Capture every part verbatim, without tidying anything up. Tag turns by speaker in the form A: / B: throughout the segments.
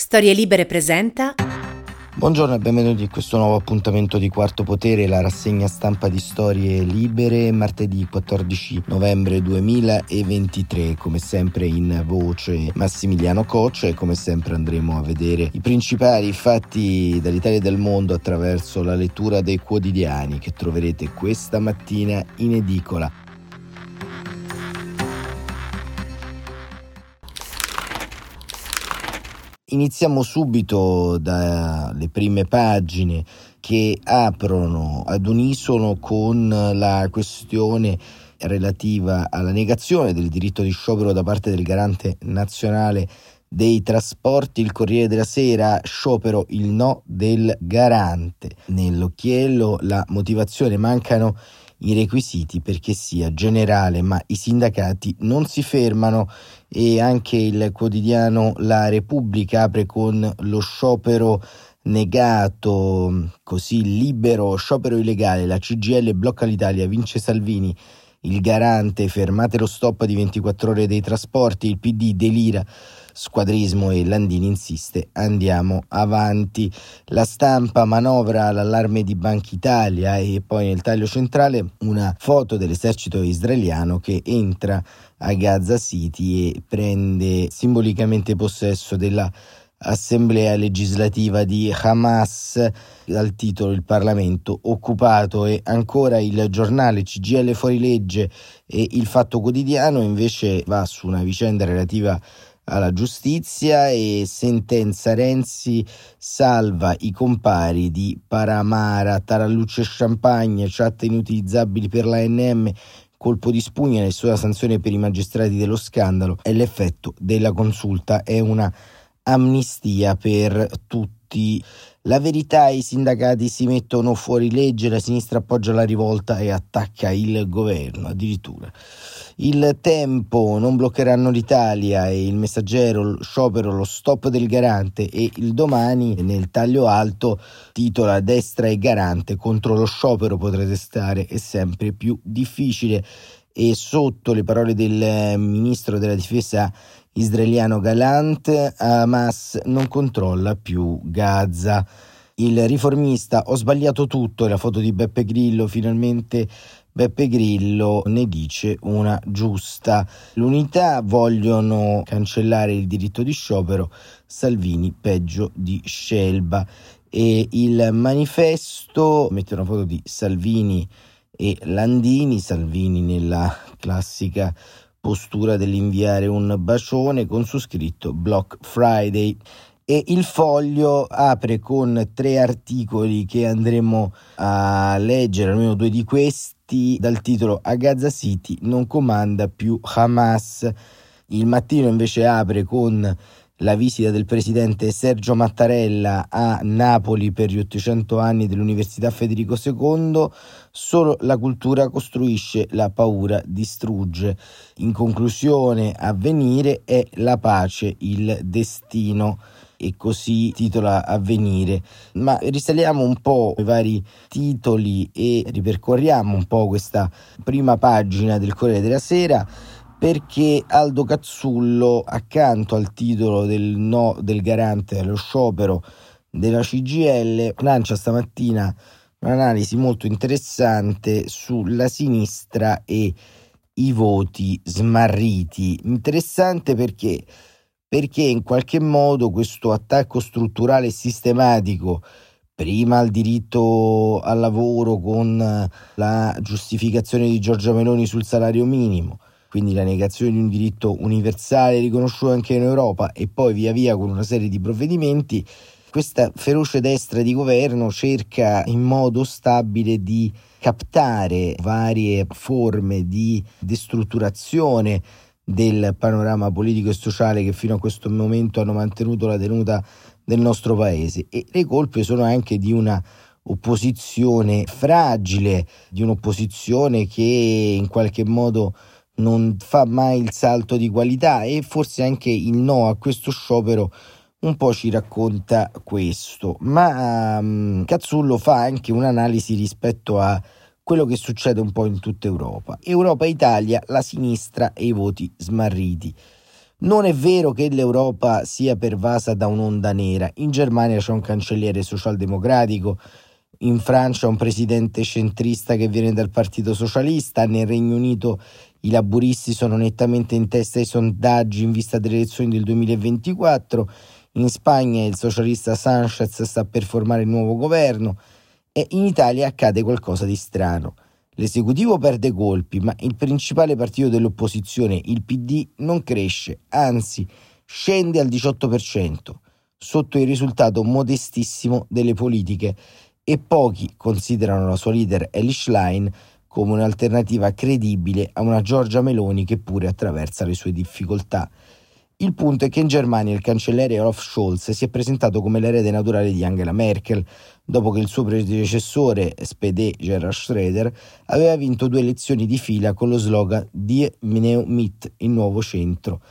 A: Storie Libere presenta.
B: Buongiorno e benvenuti in questo nuovo appuntamento di Quarto Potere, la rassegna stampa di Storie Libere, martedì quattordici novembre duemilaventitré, come sempre in voce Massimiliano Coccia, e come sempre andremo a vedere i principali fatti dall'Italia e dal mondo attraverso la lettura dei quotidiani che troverete questa mattina in edicola. Iniziamo subito dalle prime pagine che aprono ad unisono con la questione relativa alla negazione del diritto di sciopero da parte del garante nazionale dei trasporti. Il Corriere della Sera: sciopero, il no del garante. Nell'occhiello la motivazione: mancano i requisiti perché sia generale, ma i sindacati non si fermano. E anche il quotidiano La Repubblica apre con lo sciopero negato, così libero, sciopero illegale, la C G I L blocca l'Italia, vince Salvini, il garante, fermate lo stop di ventiquattro ore dei trasporti, il P D delira, squadrismo e Landini insiste, andiamo avanti. La Stampa: manovra l'allarme di Banca Italia. E poi nel taglio centrale una foto dell'esercito israeliano che entra a Gaza City e prende simbolicamente possesso della assemblea legislativa di Hamas, dal titolo Il Parlamento occupato. E ancora il Giornale: C G I L fuori legge. E il Fatto Quotidiano invece va su una vicenda relativa alla giustizia e sentenza: Renzi salva i compari di Paramara, tarallucce e champagne, chat inutilizzabili per l'A N M, colpo di spugna, nessuna sanzione per i magistrati dello scandalo, è l'effetto della consulta, è una amnistia per tutti. La Verità: i sindacati si mettono fuori legge, la sinistra appoggia la rivolta e attacca il governo addirittura. Il Tempo: non bloccheranno l'Italia. E il Messaggero: sciopero, lo stop del garante. E il Domani nel taglio alto titola: destra e garante, contro lo sciopero potrete stare, è sempre più difficile. E sotto le parole del ministro della difesa israeliano Gallant: Hamas non controlla più Gaza. Il Riformista: ho sbagliato tutto, e la foto di Beppe Grillo, finalmente Beppe Grillo ne dice una giusta. L'Unità: vogliono cancellare il diritto di sciopero, Salvini peggio di Scelba. E il Manifesto mette una foto di Salvini e Landini, Salvini nella classica postura dell'inviare un bacione con su scritto Block Friday. E il Foglio apre con tre articoli che andremo a leggere, almeno due di questi, dal titolo: a Gaza City non comanda più Hamas. Il Mattino invece apre con la visita del presidente Sergio Mattarella a Napoli per gli ottocento anni dell'Università Federico secondo, solo la cultura costruisce, la paura distrugge. In conclusione, Avvenire: è la pace il destino. E così titola Avvenire. Ma risaliamo un po' i vari titoli e ripercorriamo un po' questa prima pagina del Corriere della Sera, perché Aldo Cazzullo, accanto al titolo del no del garante allo sciopero della C G I L, lancia stamattina un'analisi molto interessante sulla sinistra e i voti smarriti. Interessante perché perché in qualche modo questo attacco strutturale e sistematico, prima al diritto al lavoro con la giustificazione di Giorgia Meloni sul salario minimo, quindi la negazione di un diritto universale riconosciuto anche in Europa, e poi via via con una serie di provvedimenti, questa feroce destra di governo cerca in modo stabile di captare varie forme di destrutturazione del panorama politico e sociale che fino a questo momento hanno mantenuto la tenuta del nostro paese. E le colpe sono anche di una opposizione fragile, di un'opposizione che in qualche modo non fa mai il salto di qualità, e forse anche il no a questo sciopero un po' ci racconta questo. Ma um, Cazzullo fa anche un'analisi rispetto a quello che succede un po' in tutta Europa. Europa e Italia, la sinistra e i voti smarriti. Non è vero che l'Europa sia pervasa da un'onda nera. In Germania c'è un cancelliere socialdemocratico, in Francia un presidente centrista che viene dal Partito Socialista, nel Regno Unito i laburisti sono nettamente in testa ai sondaggi in vista delle elezioni del duemilaventiquattro, in Spagna il socialista Sánchez sta per formare il nuovo governo e in Italia accade qualcosa di strano. L'esecutivo perde colpi, ma il principale partito dell'opposizione, il P D, non cresce, anzi scende al diciotto per cento, sotto il risultato modestissimo delle politiche, e pochi considerano la sua leader Elly Schlein come un'alternativa credibile a una Giorgia Meloni che pure attraversa le sue difficoltà. Il punto è che in Germania il cancelliere Olaf Scholz si è presentato come l'erede naturale di Angela Merkel, dopo che il suo predecessore, S P D Gerhard Schröder, aveva vinto due elezioni di fila con lo slogan Die Neue Mitte, il nuovo centro.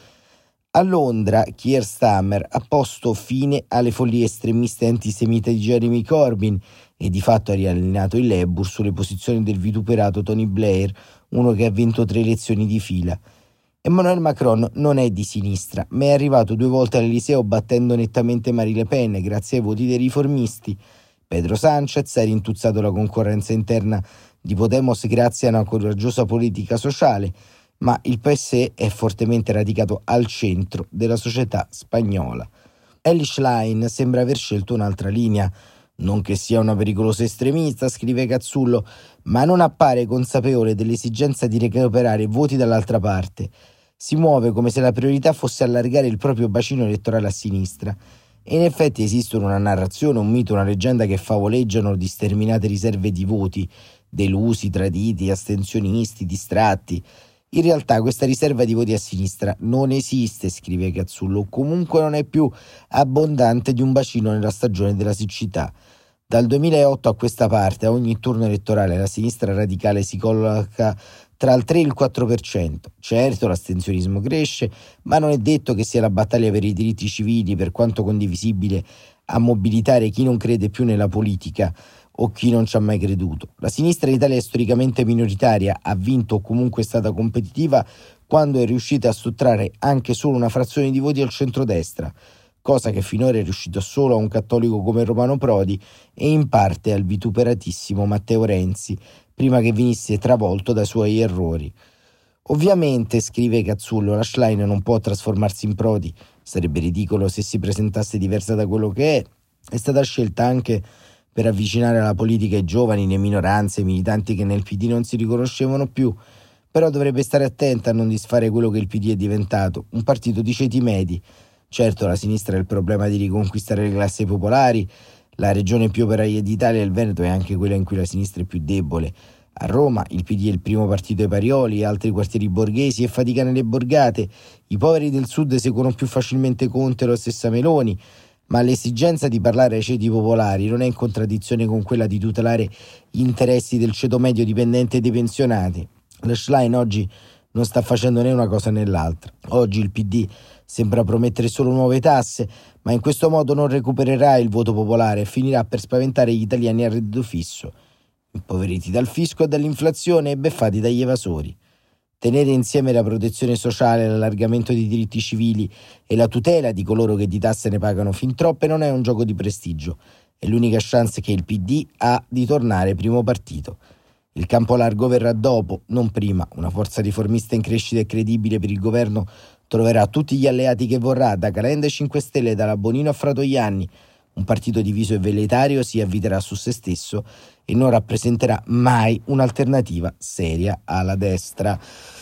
B: A Londra, Keir Starmer ha posto fine alle follie estremiste antisemite di Jeremy Corbyn e di fatto ha riallineato il Labour sulle posizioni del vituperato Tony Blair, uno che ha vinto tre elezioni di fila. Emmanuel Macron non è di sinistra, ma è arrivato due volte all'Eliseo battendo nettamente Marine Le Pen grazie ai voti dei riformisti. Pedro Sánchez ha rintuzzato la concorrenza interna di Podemos grazie a una coraggiosa politica sociale, ma il P S E è fortemente radicato al centro della società spagnola. Elly Schlein sembra aver scelto un'altra linea. Non che sia una pericolosa estremista, scrive Cazzullo, ma non appare consapevole dell'esigenza di recuperare voti dall'altra parte. Si muove come se la priorità fosse allargare il proprio bacino elettorale a sinistra. E in effetti esistono una narrazione, un mito, una leggenda che favoleggiano di sterminate riserve di voti, delusi, traditi, astensionisti, distratti. In realtà questa riserva di voti a sinistra non esiste, scrive Cazzullo, comunque non è più abbondante di un bacino nella stagione della siccità. Dal duemilaotto a questa parte, a ogni turno elettorale, la sinistra radicale si colloca tra il tre e il quattro per cento. Certo, l'astensionismo cresce, ma non è detto che sia la battaglia per i diritti civili, per quanto condivisibile, a mobilitare chi non crede più nella politica o chi non ci ha mai creduto. La sinistra in Italia è storicamente minoritaria, ha vinto o comunque è stata competitiva quando è riuscita a sottrarre anche solo una frazione di voti al centrodestra, cosa che finora è riuscito solo a un cattolico come Romano Prodi e in parte al vituperatissimo Matteo Renzi, prima che venisse travolto dai suoi errori. Ovviamente, scrive Cazzullo, la Schlein non può trasformarsi in Prodi, sarebbe ridicolo se si presentasse diversa da quello che è. È stata scelta anche per avvicinare alla politica i giovani, le minoranze, i militanti che nel P D non si riconoscevano più, però dovrebbe stare attenta a non disfare quello che il P D è diventato, un partito di ceti medi. Certo, la sinistra ha il problema di riconquistare le classi popolari, la regione più operaia d'Italia, il Veneto, è anche quella in cui la sinistra è più debole. A Roma il P D è il primo partito ai Parioli, altri quartieri borghesi e fatica nelle borgate, i poveri del sud seguono più facilmente Conte e la stessa Meloni, ma l'esigenza di parlare ai ceti popolari non è in contraddizione con quella di tutelare gli interessi del ceto medio dipendente e dei pensionati. La Schlein oggi non sta facendo né una cosa né l'altra. Oggi il P D sembra promettere solo nuove tasse, ma in questo modo non recupererà il voto popolare e finirà per spaventare gli italiani a reddito fisso, impoveriti dal fisco e dall'inflazione e beffati dagli evasori. Tenere insieme la protezione sociale, l'allargamento dei diritti civili e la tutela di coloro che di tasse ne pagano fin troppe non è un gioco di prestigio, è l'unica chance che il P D ha di tornare primo partito. Il campo largo verrà dopo, non prima. Una forza riformista in crescita e credibile per il governo troverà tutti gli alleati che vorrà, da Calenda ai cinque Stelle, dalla Bonino a Fratoianni. Un partito diviso e velleitario si avviterà su se stesso e non rappresenterà mai un'alternativa seria alla destra.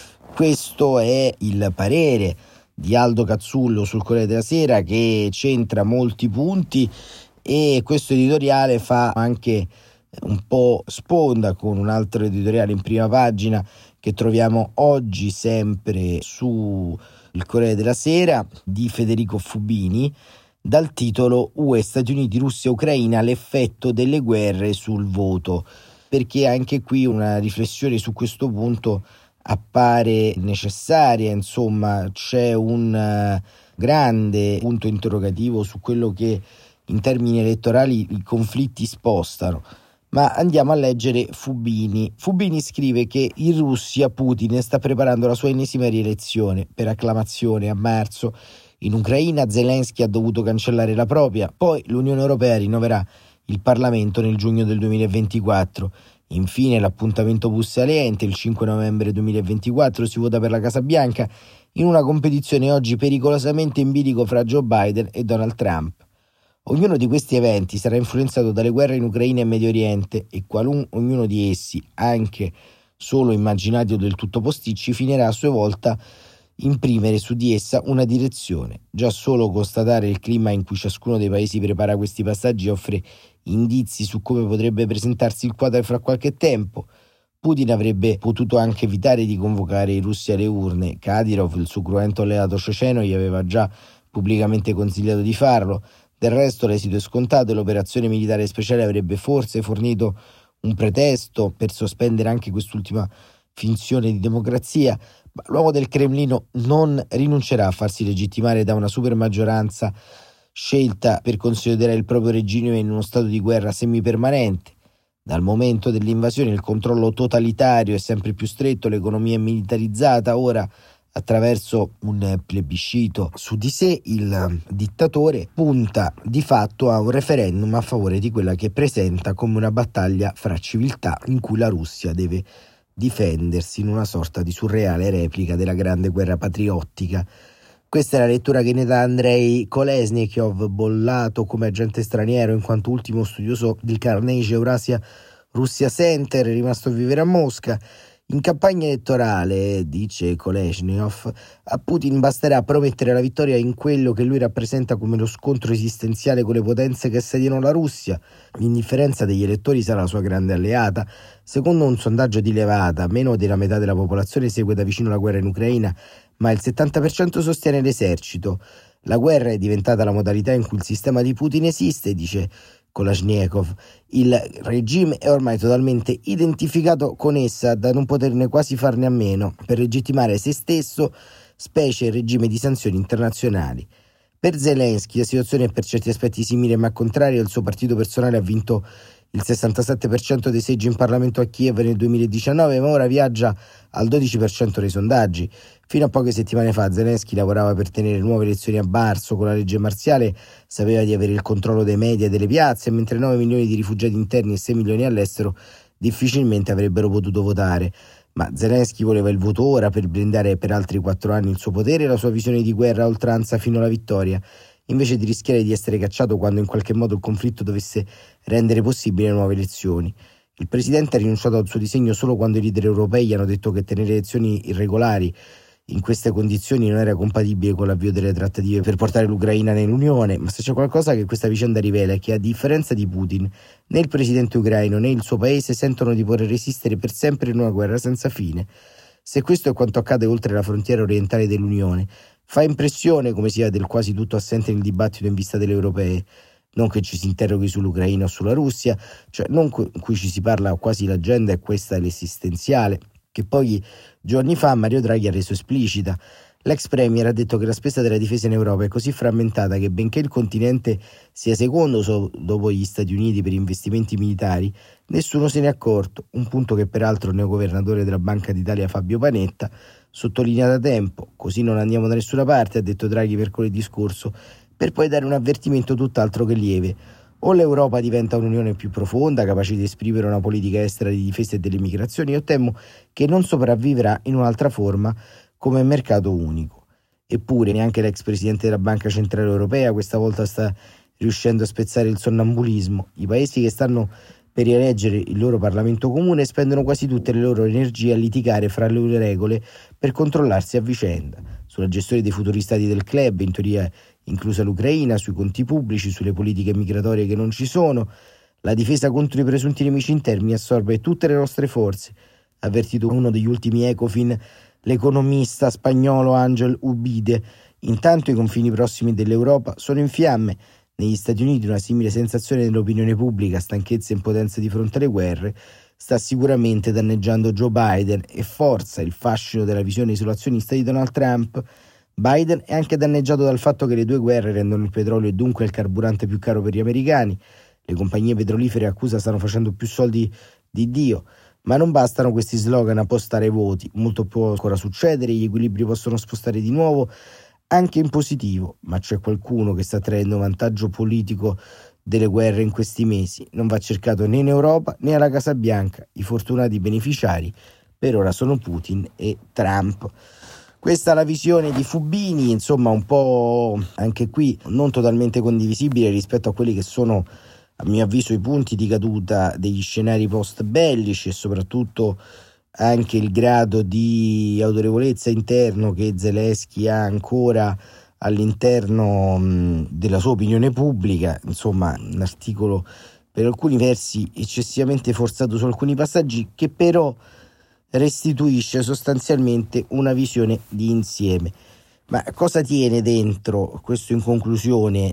B: Questo è il parere di Aldo Cazzullo sul Corriere della Sera, che centra molti punti, e questo editoriale fa anche un po' sponda con un altro editoriale in prima pagina che troviamo oggi sempre su il Corriere della Sera di Federico Fubini, dal titolo U E, Stati Uniti, Russia, Ucraina, l'effetto delle guerre sul voto, perché anche qui una riflessione su questo punto appare necessaria. Insomma, c'è un grande punto interrogativo su quello che in termini elettorali i conflitti spostano, Ma andiamo a leggere Fubini. Fubini scrive che in Russia Putin sta preparando la sua ennesima rielezione per acclamazione a marzo. In Ucraina Zelensky ha dovuto cancellare la propria, poi l'Unione Europea rinnoverà il Parlamento nel giugno del duemilaventiquattro. Infine l'appuntamento più saliente, il cinque novembre duemilaventiquattro si vota per la Casa Bianca in una competizione oggi pericolosamente in bilico fra Joe Biden e Donald Trump. Ognuno di questi eventi sarà influenzato dalle guerre in Ucraina e Medio Oriente e qualun, ognuno di essi, anche solo immaginato del tutto posticci, finirà a sua volta imprimere su di essa una direzione. Già solo constatare il clima in cui ciascuno dei paesi prepara questi passaggi offre indizi su come potrebbe presentarsi il quadro fra qualche tempo. Putin avrebbe potuto anche evitare di convocare i russi alle urne. Kadyrov, il suo cruento alleato ceceno, gli aveva già pubblicamente consigliato di farlo. Del resto l'esito è scontato e l'operazione militare speciale avrebbe forse fornito un pretesto per sospendere anche quest'ultima finzione di democrazia, ma l'uomo del Cremlino non rinuncerà a farsi legittimare da una supermaggioranza scelta per considerare il proprio regime in uno stato di guerra semipermanente. Dal momento dell'invasione il controllo totalitario è sempre più stretto, l'economia è militarizzata, ora attraverso un plebiscito su di sé il dittatore punta di fatto a un referendum a favore di quella che presenta come una battaglia fra civiltà in cui la Russia deve difendersi in una sorta di surreale replica della grande guerra patriottica. Questa è la lettura che ne dà Andrei Kolesnikov, bollato come agente straniero in quanto ultimo studioso del Carnegie Eurasia Russia Center, rimasto a vivere a Mosca. In campagna elettorale, dice Kolesnikov, a Putin basterà promettere la vittoria in quello che lui rappresenta come lo scontro esistenziale con le potenze che assediano la Russia. L'indifferenza degli elettori sarà la sua grande alleata. Secondo un sondaggio di Levada, meno della metà della popolazione segue da vicino la guerra in Ucraina, ma il settanta per cento sostiene l'esercito. La guerra è diventata la modalità in cui il sistema di Putin esiste, dice Kolesnikov. Il regime è ormai totalmente identificato con essa da non poterne quasi farne a meno per legittimare se stesso, specie il regime di sanzioni internazionali. Per Zelensky la situazione è per certi aspetti simile ma contraria. Il suo partito personale ha vinto il sessantasette per cento dei seggi in Parlamento a Kiev nel duemiladiciannove, ma ora viaggia al dodici per cento dei sondaggi. Fino a poche settimane fa Zelensky lavorava per tenere nuove elezioni a marzo. Con la legge marziale sapeva di avere il controllo dei media e delle piazze, mentre nove milioni di rifugiati interni e sei milioni all'estero difficilmente avrebbero potuto votare. Ma Zelensky voleva il voto ora per blindare per altri quattro anni il suo potere e la sua visione di guerra a oltranza fino alla vittoria, invece di rischiare di essere cacciato quando in qualche modo il conflitto dovesse rendere possibili nuove elezioni. Il presidente ha rinunciato al suo disegno solo quando i leader europei gli hanno detto che tenere elezioni irregolari in queste condizioni non era compatibile con l'avvio delle trattative per portare l'Ucraina nell'Unione. Ma se c'è qualcosa che questa vicenda rivela è che, a differenza di Putin, né il presidente ucraino né il suo paese sentono di poter resistere per sempre in una guerra senza fine. Se questo è quanto accade oltre la frontiera orientale dell'Unione, fa impressione come sia del quasi tutto assente nel dibattito in vista delle europee. Non che ci si interroghi sull'Ucraina o sulla Russia, cioè non in cui ci si parla quasi l'agenda è questa l'esistenziale, che poi giorni fa Mario Draghi ha reso esplicita. L'ex premier ha detto che la spesa della difesa in Europa è così frammentata che, benché il continente sia secondo so, dopo gli Stati Uniti per investimenti militari, nessuno se ne è accorto, un punto che peraltro il neogovernatore della Banca d'Italia Fabio Panetta sottolinea da tempo. Così non andiamo da nessuna parte, ha detto Draghi mercoledì scorso, per poi dare un avvertimento tutt'altro che lieve. O l'Europa diventa un'unione più profonda, capace di esprimere una politica estera di difesa e delle migrazioni, io temo che non sopravviverà in un'altra forma come mercato unico. Eppure neanche l'ex presidente della Banca Centrale Europea questa volta sta riuscendo a spezzare il sonnambulismo. I paesi che stanno per rieleggere il loro Parlamento comune spendono quasi tutte le loro energie a litigare fra le regole per controllarsi a vicenda, sulla gestione dei futuri stati del club, in teoria inclusa l'Ucraina, sui conti pubblici, sulle politiche migratorie che non ci sono. La difesa contro i presunti nemici interni assorbe tutte le nostre forze, ha avvertito uno degli ultimi Ecofin, l'economista spagnolo Ángel Ubide. Intanto i confini prossimi dell'Europa sono in fiamme. Negli Stati Uniti una simile sensazione dell'opinione pubblica, stanchezza e impotenza di fronte alle guerre, sta sicuramente danneggiando Joe Biden e forza il fascino della visione isolazionista di Donald Trump. Biden è anche danneggiato dal fatto che le due guerre rendono il petrolio e dunque il carburante più caro per gli americani. le compagnie petrolifere accusa stanno facendo più soldi di Dio. Ma non bastano questi slogan a postare voti, molto può ancora succedere, gli equilibri possono spostare di nuovo, anche in positivo, ma c'è qualcuno che sta traendo vantaggio politico delle guerre in questi mesi. Non va cercato né in Europa né alla Casa Bianca. I fortunati beneficiari per ora sono Putin e Trump. Questa è la visione di Fubini, insomma un po' anche qui non totalmente condivisibile rispetto a quelli che sono, a mio avviso, i punti di caduta degli scenari post bellici e soprattutto anche il grado di autorevolezza interno che Zelensky ha ancora all'interno mh, della sua opinione pubblica. Insomma, un articolo per alcuni versi eccessivamente forzato su alcuni passaggi, che però restituisce sostanzialmente una visione di insieme. Ma cosa tiene dentro questo, in conclusione?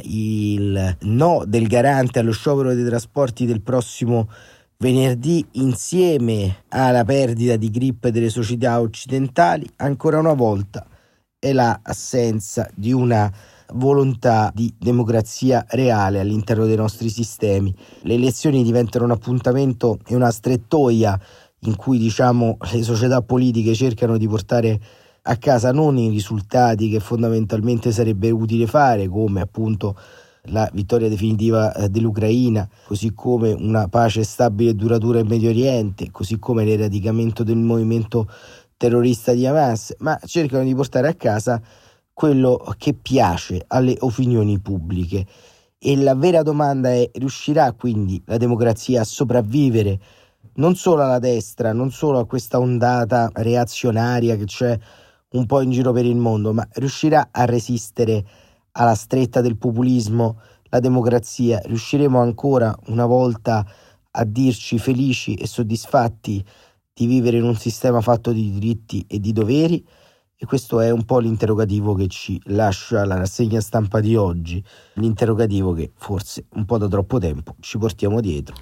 B: Il no del garante allo sciopero dei trasporti del prossimo venerdì, insieme alla perdita di grip delle società occidentali, ancora una volta è l'assenza di una volontà di democrazia reale all'interno dei nostri sistemi. Le elezioni diventano un appuntamento e una strettoia in cui, diciamo, le società politiche cercano di portare a casa non i risultati che fondamentalmente sarebbe utile fare, come appunto la vittoria definitiva dell'Ucraina, così come una pace stabile e duratura in Medio Oriente, così come l'eradicamento del movimento terrorista di Hamas, ma cercano di portare a casa quello che piace alle opinioni pubbliche. E la vera domanda è: riuscirà quindi la democrazia a sopravvivere non solo alla destra, non solo a questa ondata reazionaria che c'è un po' in giro per il mondo, ma riuscirà a resistere alla stretta del populismo la democrazia? Riusciremo ancora una volta a dirci felici e soddisfatti di vivere in un sistema fatto di diritti e di doveri? E questo è un po' l'interrogativo che ci lascia la rassegna stampa di oggi, l'interrogativo che forse un po' da troppo tempo ci portiamo dietro.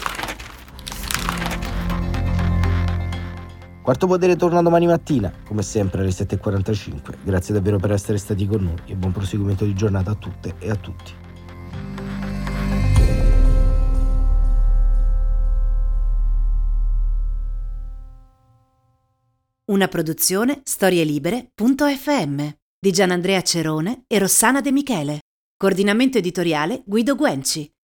B: Quarto Potere torna domani mattina, come sempre alle sette e quarantacinque. Grazie davvero per essere stati con noi e buon proseguimento di giornata a tutte e a tutti.
A: Una produzione storielibere punto effe emme di Gianandrea Cerone e Rossana De Michele. Coordinamento editoriale Guido Guenci.